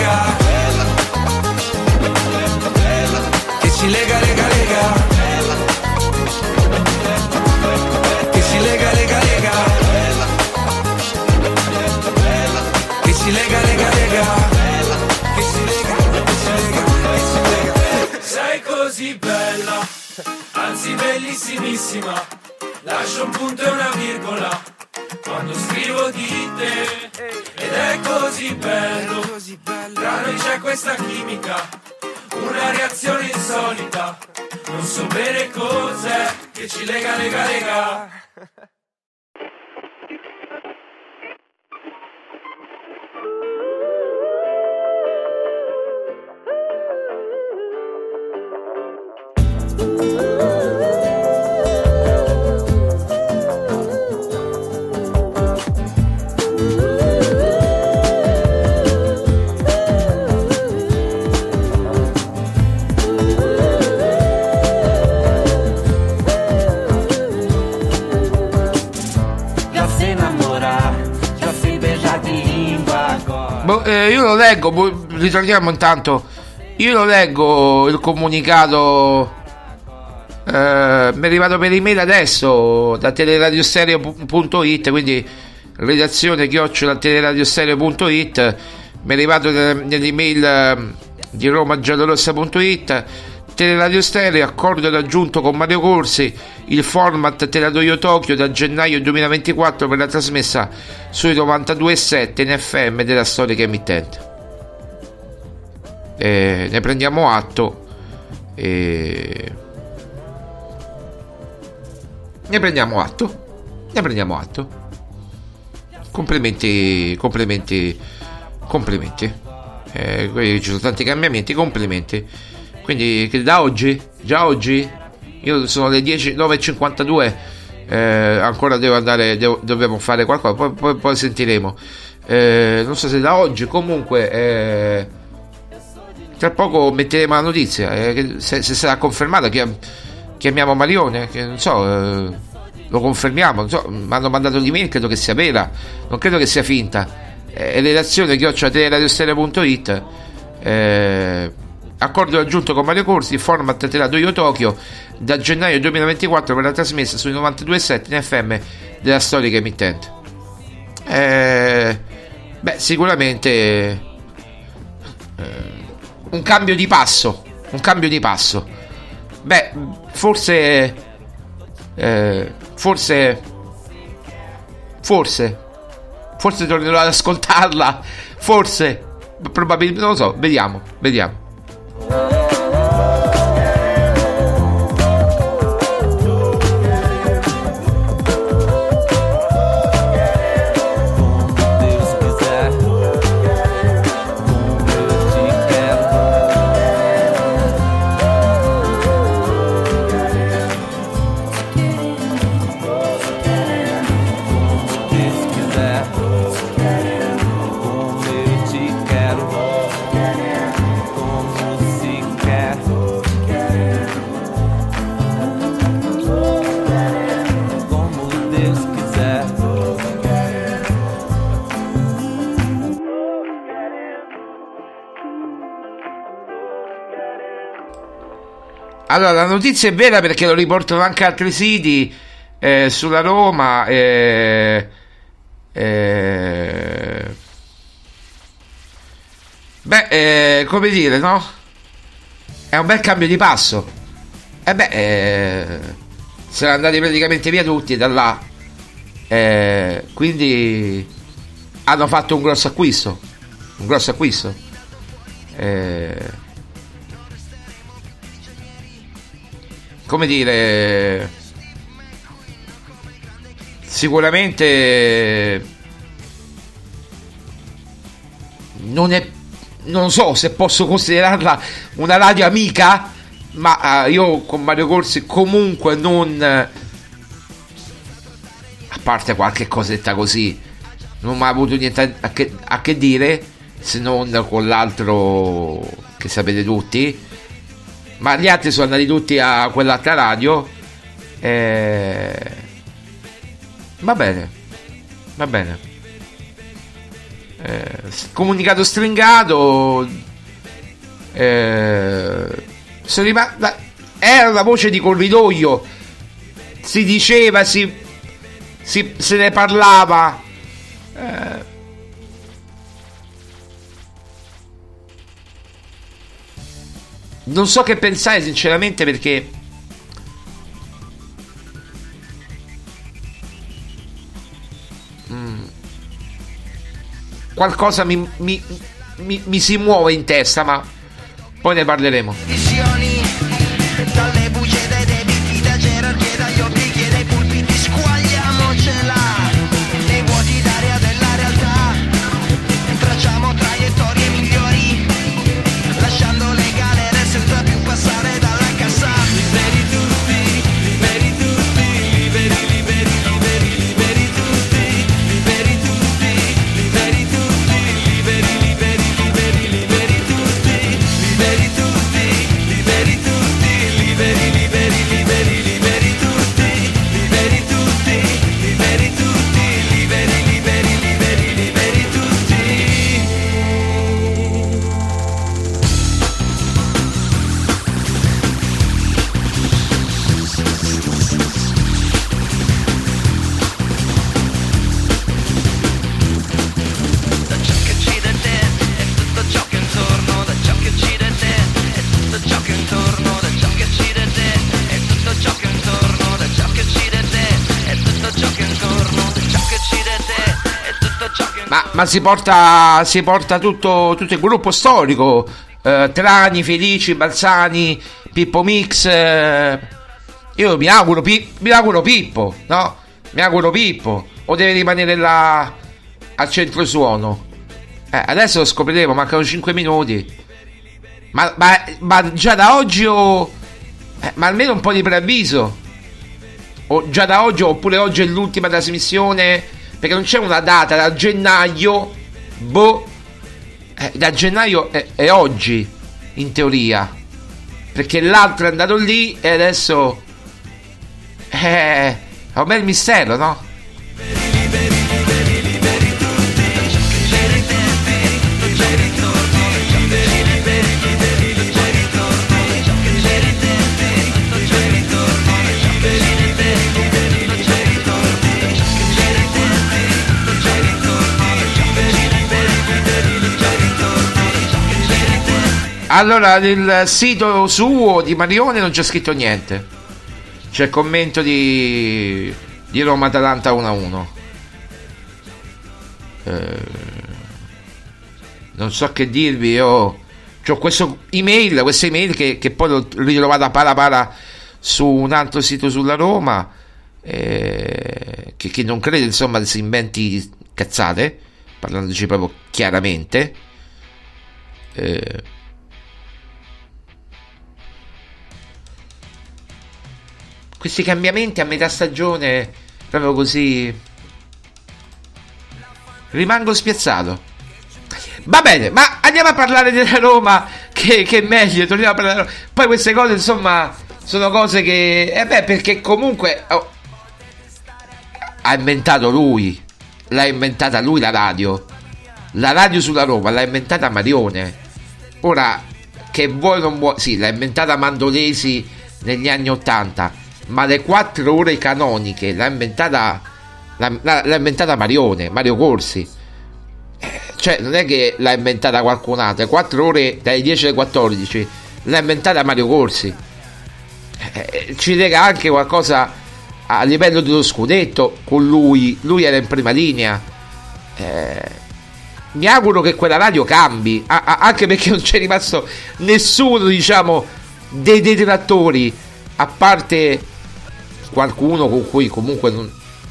Che ci lega. Che ci lega. Che ci lega. Sei così bella, anzi bellissimissima. Lascio un punto e una virgola quando scrivo di te. Ed è così bello, tra noi c'è questa chimica, una reazione insolita. Non so bene cos'è che ci lega. Io lo leggo, ritorniamo intanto. Io lo leggo il comunicato. Mi è arrivato per email adesso da teleradiostereo.it, quindi redazione @teleradiostereo.it. Mi è arrivato nell'email di romagiallorossa.it. Teleradio Stereo, accordo raggiunto con Mario Corsi, il format te la do io Tokyo da gennaio 2024 verrà trasmessa sui 92.7 in FM della storica emittente. Ne prendiamo atto. Ne prendiamo atto. Complimenti. Qui ci sono tanti cambiamenti, complimenti. Quindi già oggi, io sono le 9:52, ancora devo andare, dobbiamo fare qualcosa, poi sentiremo. Non so se da oggi, comunque tra poco metteremo la notizia, se sarà confermata, chiamiamo Marione, che non so, lo confermiamo, non so, mi hanno mandato l'email, credo che sia vera, non credo che sia finta. Redazione @teleradiostereo.it. Accordo raggiunto con Mario Corsi, format te la do io Tokyo da gennaio 2024 verrà trasmessa sui 92.7 in FM della storica emittente. Sicuramente un cambio di passo. Forse tornerò ad ascoltarla, probabilmente, non lo so, vediamo. Allora, la notizia è vera perché lo riportano anche altri siti sulla Roma. Come dire, no? È un bel cambio di passo. Sono andati praticamente via tutti da là. Quindi hanno fatto un grosso acquisto. Come dire, sicuramente non so se posso considerarla una radio amica, ma io con Mario Corsi comunque non, a parte qualche cosetta così, non ho mai avuto niente a che dire, se non con l'altro che sapete tutti, ma gli altri sono andati tutti a quell'altra radio. Va bene. Comunicato stringato. Era una voce di corridoio, si diceva, se ne parlava. Non so che pensare sinceramente, perché qualcosa mi si muove in testa, ma poi ne parleremo. Dalle bugie dai debiti, da gerarchie, dagli obblighi, dai pulpiti, squagliamocela nei vuoti d'aria della realtà, tracciamo traiettorie migliori, lasciando le galere senza più passare dalla cassa. Liberi tutti, liberi tutti, liberi, liberi, liberi, liberi tutti, liberi tutti, liberi tutti, liberi, liberi, liberi, liberi tutti, liberi tutti, liberi tutti, liberi, liberi, liberi, liberi tutti, liberi tutti, liberi tutti, liberi, liberi, liberi, liberi tutti. Da ciò che uccide te e tutto ciò che intorno, da ciò che uccide te e tutto ciò che intorno, da ciò che uccide te e tutto ciò che intorno, da ciò che uccide te e tutto ciò che intorno, da ciò che uccide te e tutto ciò che Ma si porta tutto il gruppo storico, Trani, Felici, Balzani, Pippo Mix. Io mi auguro Pippo, no? Mi auguro Pippo, o deve rimanere là al centro suono? Adesso lo scopriremo, mancano 5 minuti. Ma già da oggi ma almeno un po' di preavviso. O già da oggi, oppure oggi è l'ultima trasmissione, perché non c'è una data, da gennaio. Da gennaio è oggi, in teoria, perché l'altro è andato lì e adesso è un bel mistero, no? Allora, nel sito suo di Marione non c'è scritto niente. C'è il commento di Roma Atalanta 1-1. Non so che dirvi. Io c'ho questa email che poi l'ho ritrovata para su un altro sito sulla Roma, che non credo insomma si inventi cazzate, parlandoci proprio chiaramente. Questi cambiamenti a metà stagione, proprio così, rimango spiazzato. Va bene, ma andiamo a parlare della Roma, che è meglio, torniamo a parlare della Roma. Poi queste cose insomma sono cose che perché comunque ha inventato lui, l'ha inventata lui la radio sulla Roma l'ha inventata Marione. Ora, che vuoi non vuoi, sì, l'ha inventata Mandolesi negli anni 80, ma le 4 ore canoniche l'ha inventata Mario Corsi. Cioè non è che l'ha inventata qualcun altro. 4 ore dalle 10 alle 14 l'ha inventata Mario Corsi. Ci lega anche qualcosa a livello dello scudetto con lui era in prima linea. Mi auguro che quella radio cambi, anche perché non c'è rimasto nessuno, diciamo, dei detrattori, a parte qualcuno con cui comunque non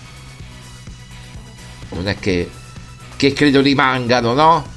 è che credo rimangano, no?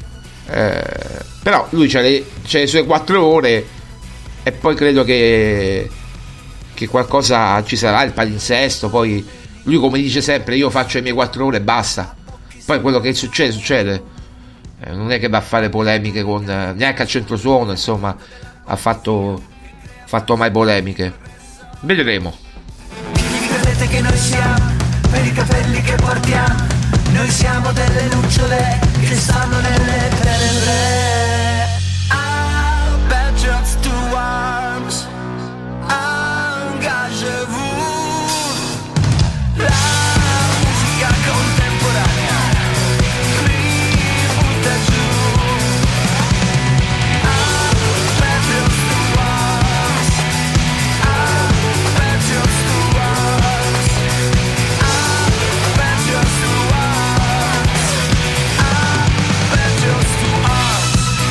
Però lui c'ha le sue 4 ore e poi credo che qualcosa ci sarà, il palinsesto. Poi lui, come dice sempre, io faccio le mie 4 ore e basta. Poi quello che succede. Non è che va a fare polemiche con neanche al centrosuono, insomma, ha fatto mai polemiche. Vedremo. Credete che noi siamo per i capelli che portiamo, noi siamo delle lucciole che stanno nelle tenebre. Ah, Patriots to arms, engagez-vous. La musica contemporanea mi butta giù. Ah, Patriots to arms, Patriots to arms, Patriots to arms, Patriots to arms.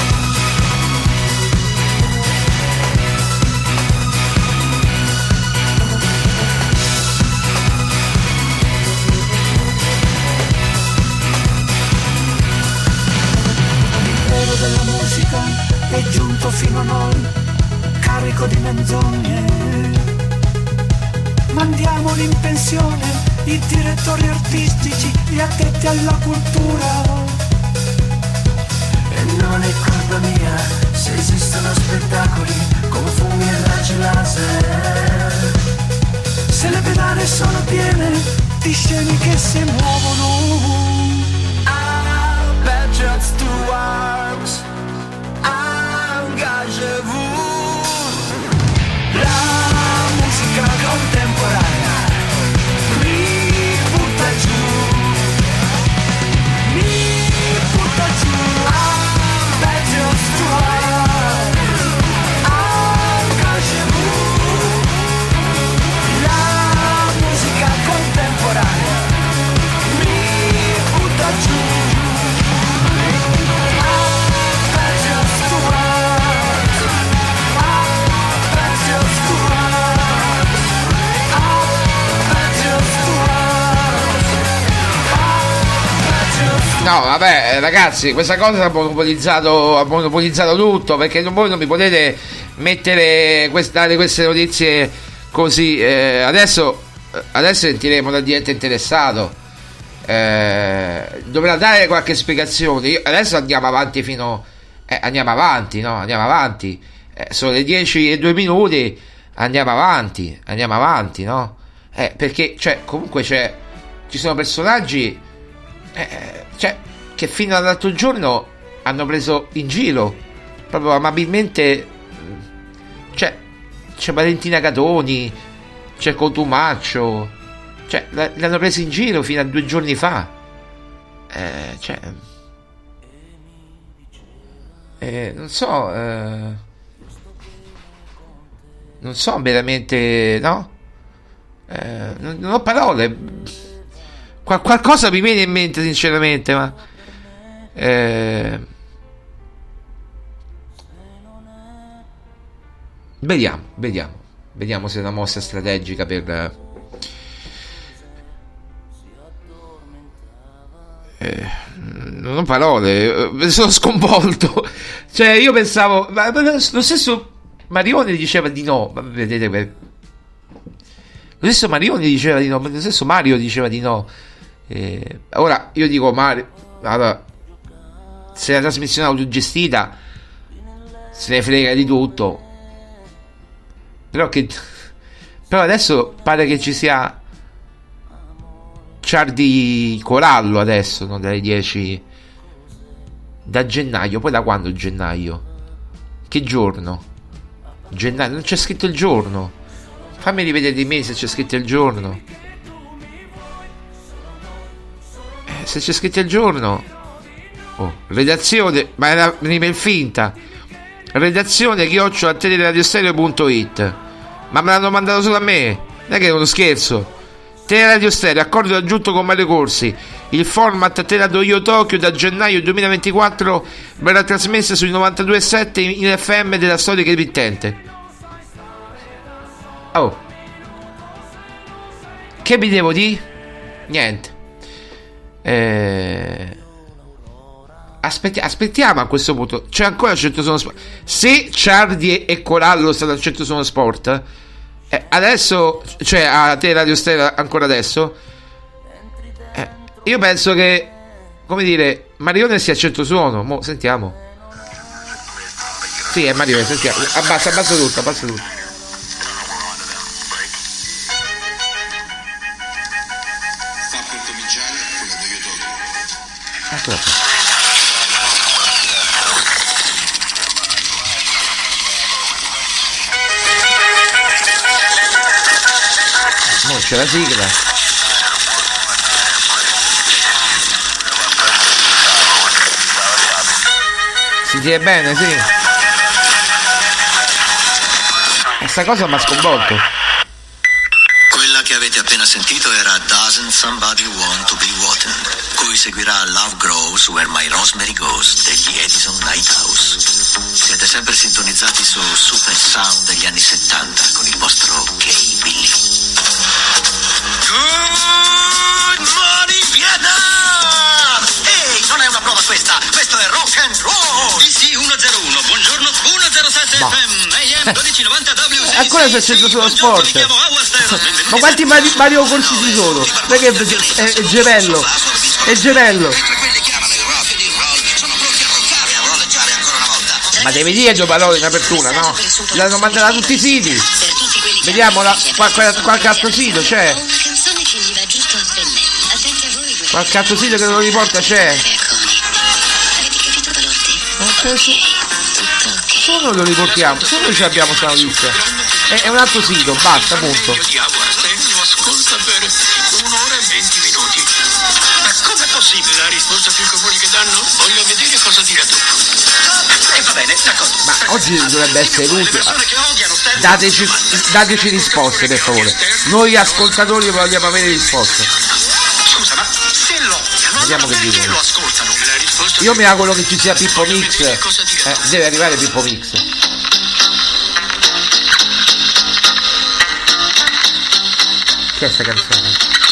L'impero della musica è giunto fino a noi, carico di menzogne. Mandiamoli in pensione i direttori artistici, gli addetti alla cultura. E non è colpa mia se esistono spettacoli con fumi e raggi laser, se le pedane sono piene di scene che si muovono. Ah, Patriots to arms, engagez-vous. La musica contemporanea mi butta giù, mi butta giù. Ah, Patriots to arms, engagez-vous. La musica contemporanea mi butta giù. Patriots to arms, Patriots to arms, Patriots to arms, Patriots. No, vabbè, ragazzi, questa cosa ha monopolizzato tutto, perché voi non mi potete mettere queste notizie così. Adesso sentiremo dal diretta interessato. Dovrà dare qualche spiegazione. Adesso andiamo avanti andiamo avanti. Sono le 10:02. Andiamo avanti, no? Perché comunque ci sono personaggi che fino all'altro giorno hanno preso in giro proprio amabilmente. C'è Valentina Catoni, c'è Cotumaccio, li hanno presi in giro fino a 2 giorni fa. Non so veramente, no? Non ho parole. Qualcosa mi viene in mente sinceramente, ma vediamo se è una mossa strategica per non ho parole, sono sconvolto. Io pensavo, ma lo stesso Marioni diceva di no, vedete, lo stesso Marioni diceva di no, lo stesso Mario diceva di no. Ora io dico, Mario, allora, se la trasmissione è autogestita se ne frega di tutto, però adesso pare che ci sia Ciardi Corallo adesso, no? Dalle 10 da gennaio. Poi da quando gennaio? Che giorno? Gennaio, non c'è scritto il giorno. Fammi rivedere di me se c'è scritto il giorno. Se c'è scritto il giorno. Oh, redazione, ma era un'email finta. Redazione @teleradiostereo.it. Ma me l'hanno mandato solo a me. Non è che è uno scherzo. Teleradio Stereo, accordo raggiunto con Mario Corsi. Il format Te la do io Tokyo da gennaio 2024 verrà trasmessa sui 92.7 in FM della storica emittente. Oh, che vi devo dire? Niente. Aspettiamo a questo punto. C'è ancora il Centro Suono Sport. Se Ciardi e Corallo stanno al Centro Suono Sport, adesso, cioè a te Radio Stereo ancora adesso, io penso che, come dire, Marione sia al Centro Suono. Sentiamo. Sì, è Marione, sentiamo. Abbassa tutto. Mo c'è la sigla. Si tiene bene, sì. Questa cosa mi ha sconvolto. Quella che avete appena sentito era Doesn't Somebody Want to Be Rotten, cui seguirà Love Grows Where My Rosemary Goes degli Edison Lighthouse. Siete sempre sintonizzati su Super Sound degli anni 70 con il vostro Kay Billy. Good morning Vietnam! Ehi, non è una prova questa, questo è rock and roll! DC 101, buongiorno 107 FM, AM 1290 W6. Ancora c'è il Centro Suono Sport. Ma quanti Mario Corsi ci sono? Perché è gemello. È gemello. Ma devi dire due parole in apertura, no? L'hanno mandata da tutti i siti. Vediamo qualche altro sito c'è. Qualche altro sito che lo riporta c'è. Solo lo riportiamo. Solo noi abbiamo sta notizia. È un altro sito, basta, punto. Ascolta per 1 ora e 20 minuti. Ma com'è possibile la risposta più comune che danno? Voglio vedere cosa dirà tu. Va bene, d'accordo. Ma oggi dovrebbe essere l'ultimo. Dateci risposte, per favore. Noi ascoltatori vogliamo avere risposte. Scusa, ma se lo odiano, vediamo che perché dicono. lo ascoltano? Io mi auguro che ci sia Pippo Mix. Deve arrivare Pippo Mix. Che è sta canzone?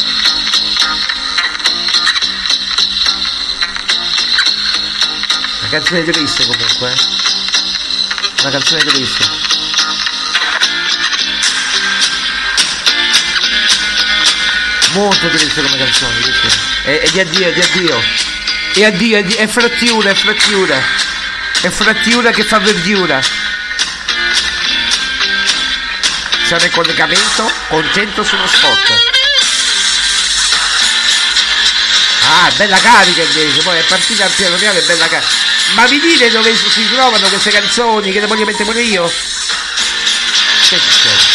Una canzone triste comunque. Una canzone triste. Molto triste come canzone. È di addio. È frattura. È frattura che fa verdura. Siamo in collegamento con Centro Suono Sport. Ah, bella carica invece. Poi è partita al piano piano, è bella carica. Ma mi dite dove si trovano queste canzoni? Che le voglio mettere pure io? Che succede?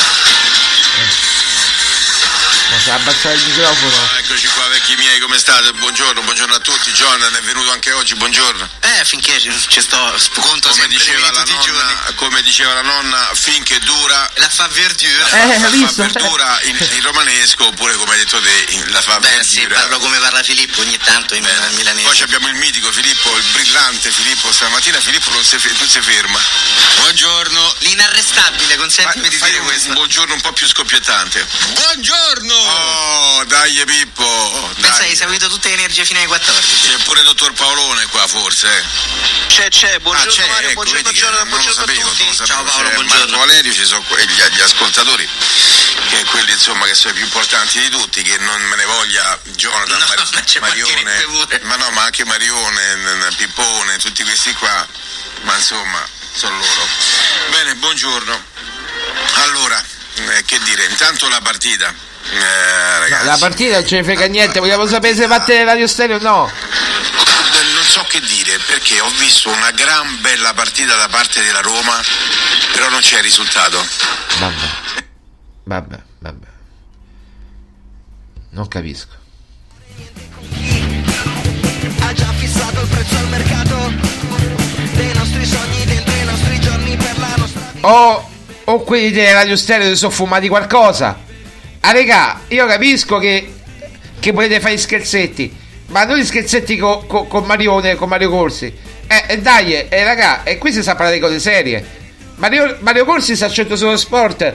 Abbassare il microfono. Eccoci qua vecchi miei, come state? Buongiorno a tutti. John è venuto anche oggi, buongiorno. Finché ci sto conto come diceva la nonna, finché dura la fa verdura. La fa verdura in romanesco, oppure come hai detto te, la fa verdura. Sì, parlo come parla Filippo ogni tanto in milanese. Poi abbiamo il mitico Filippo, il brillante Filippo. Stamattina Filippo non si ferma. Buongiorno. L'inarrestabile, consentimi di dire questo. Un buongiorno un po' più scoppiettante. Buongiorno. Oh, dai Pippo. Pensa hai esaurito tutte le energie fino alle 14. C'è pure il dottor Paolone qua forse. C'è, buongiorno c'è, Mario, ecco, buongiorno Giorgio, buongiorno a tutti. Ciao Paolo, buongiorno. Marco Valerio, ci sono gli ascoltatori, che quelli insomma che sono i più importanti di tutti, che non me ne voglia Jonathan, Marione, ma anche Marione, Pippone, tutti questi qua, ma insomma sono loro. Bene, buongiorno. Allora, che dire, intanto la partita. Ragazzi. No, la partita non ce ne frega niente, vogliamo sapere se va a Teleradio Stereo o no. Non so che dire, perché ho visto una gran bella partita da parte della Roma Però non c'è risultato. Vabbè. Non capisco. Ha già fissato il prezzo al mercato dei nostri sogni, dentro i nostri giorni per la nostra vita. O quelli delle Radio Stereo si sono fumati qualcosa. Regà, io capisco che volete fare i scherzetti, ma non gli scherzetti con Marione, con Mario Corsi. Dai, raga, qui si sa parlare di cose serie. Mario Corsi sta facendo solo sport.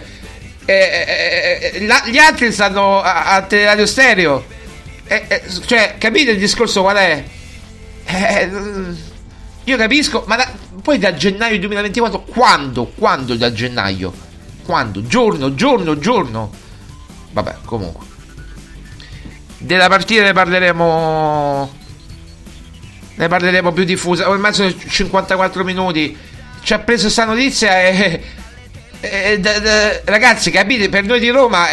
Gli altri stanno a Radio Stereo. Cioè, capite il discorso qual è? Io capisco, ma poi da gennaio 2024 quando da gennaio? Quando? Giorno. Vabbè, comunque. Della partita ne parleremo più diffusa. Ormai sono 54 minuti. Ci ha preso sta notizia ragazzi, capite? Per noi di Roma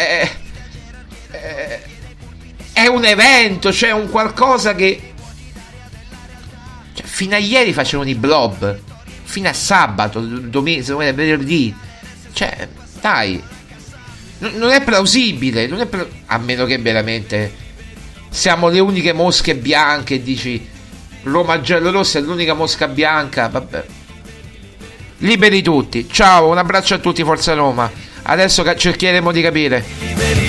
è un evento, cioè un qualcosa che, cioè, fino a ieri facevano i blob, fino a sabato, domenica, venerdì, cioè dai, non è plausibile, a meno che veramente siamo le uniche mosche bianche e dici Roma giallorossa è l'unica mosca bianca. Vabbè, liberi tutti, ciao, un abbraccio a tutti, Forza Roma. Adesso cercheremo di capire.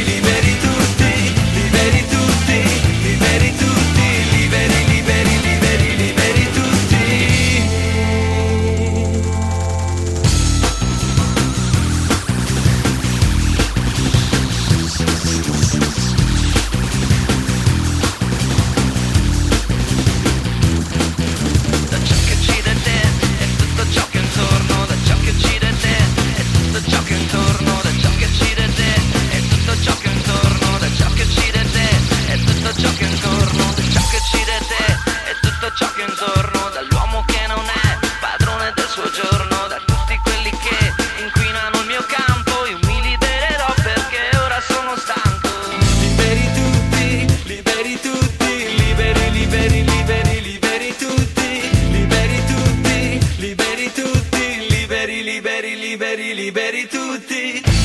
liberi tutti.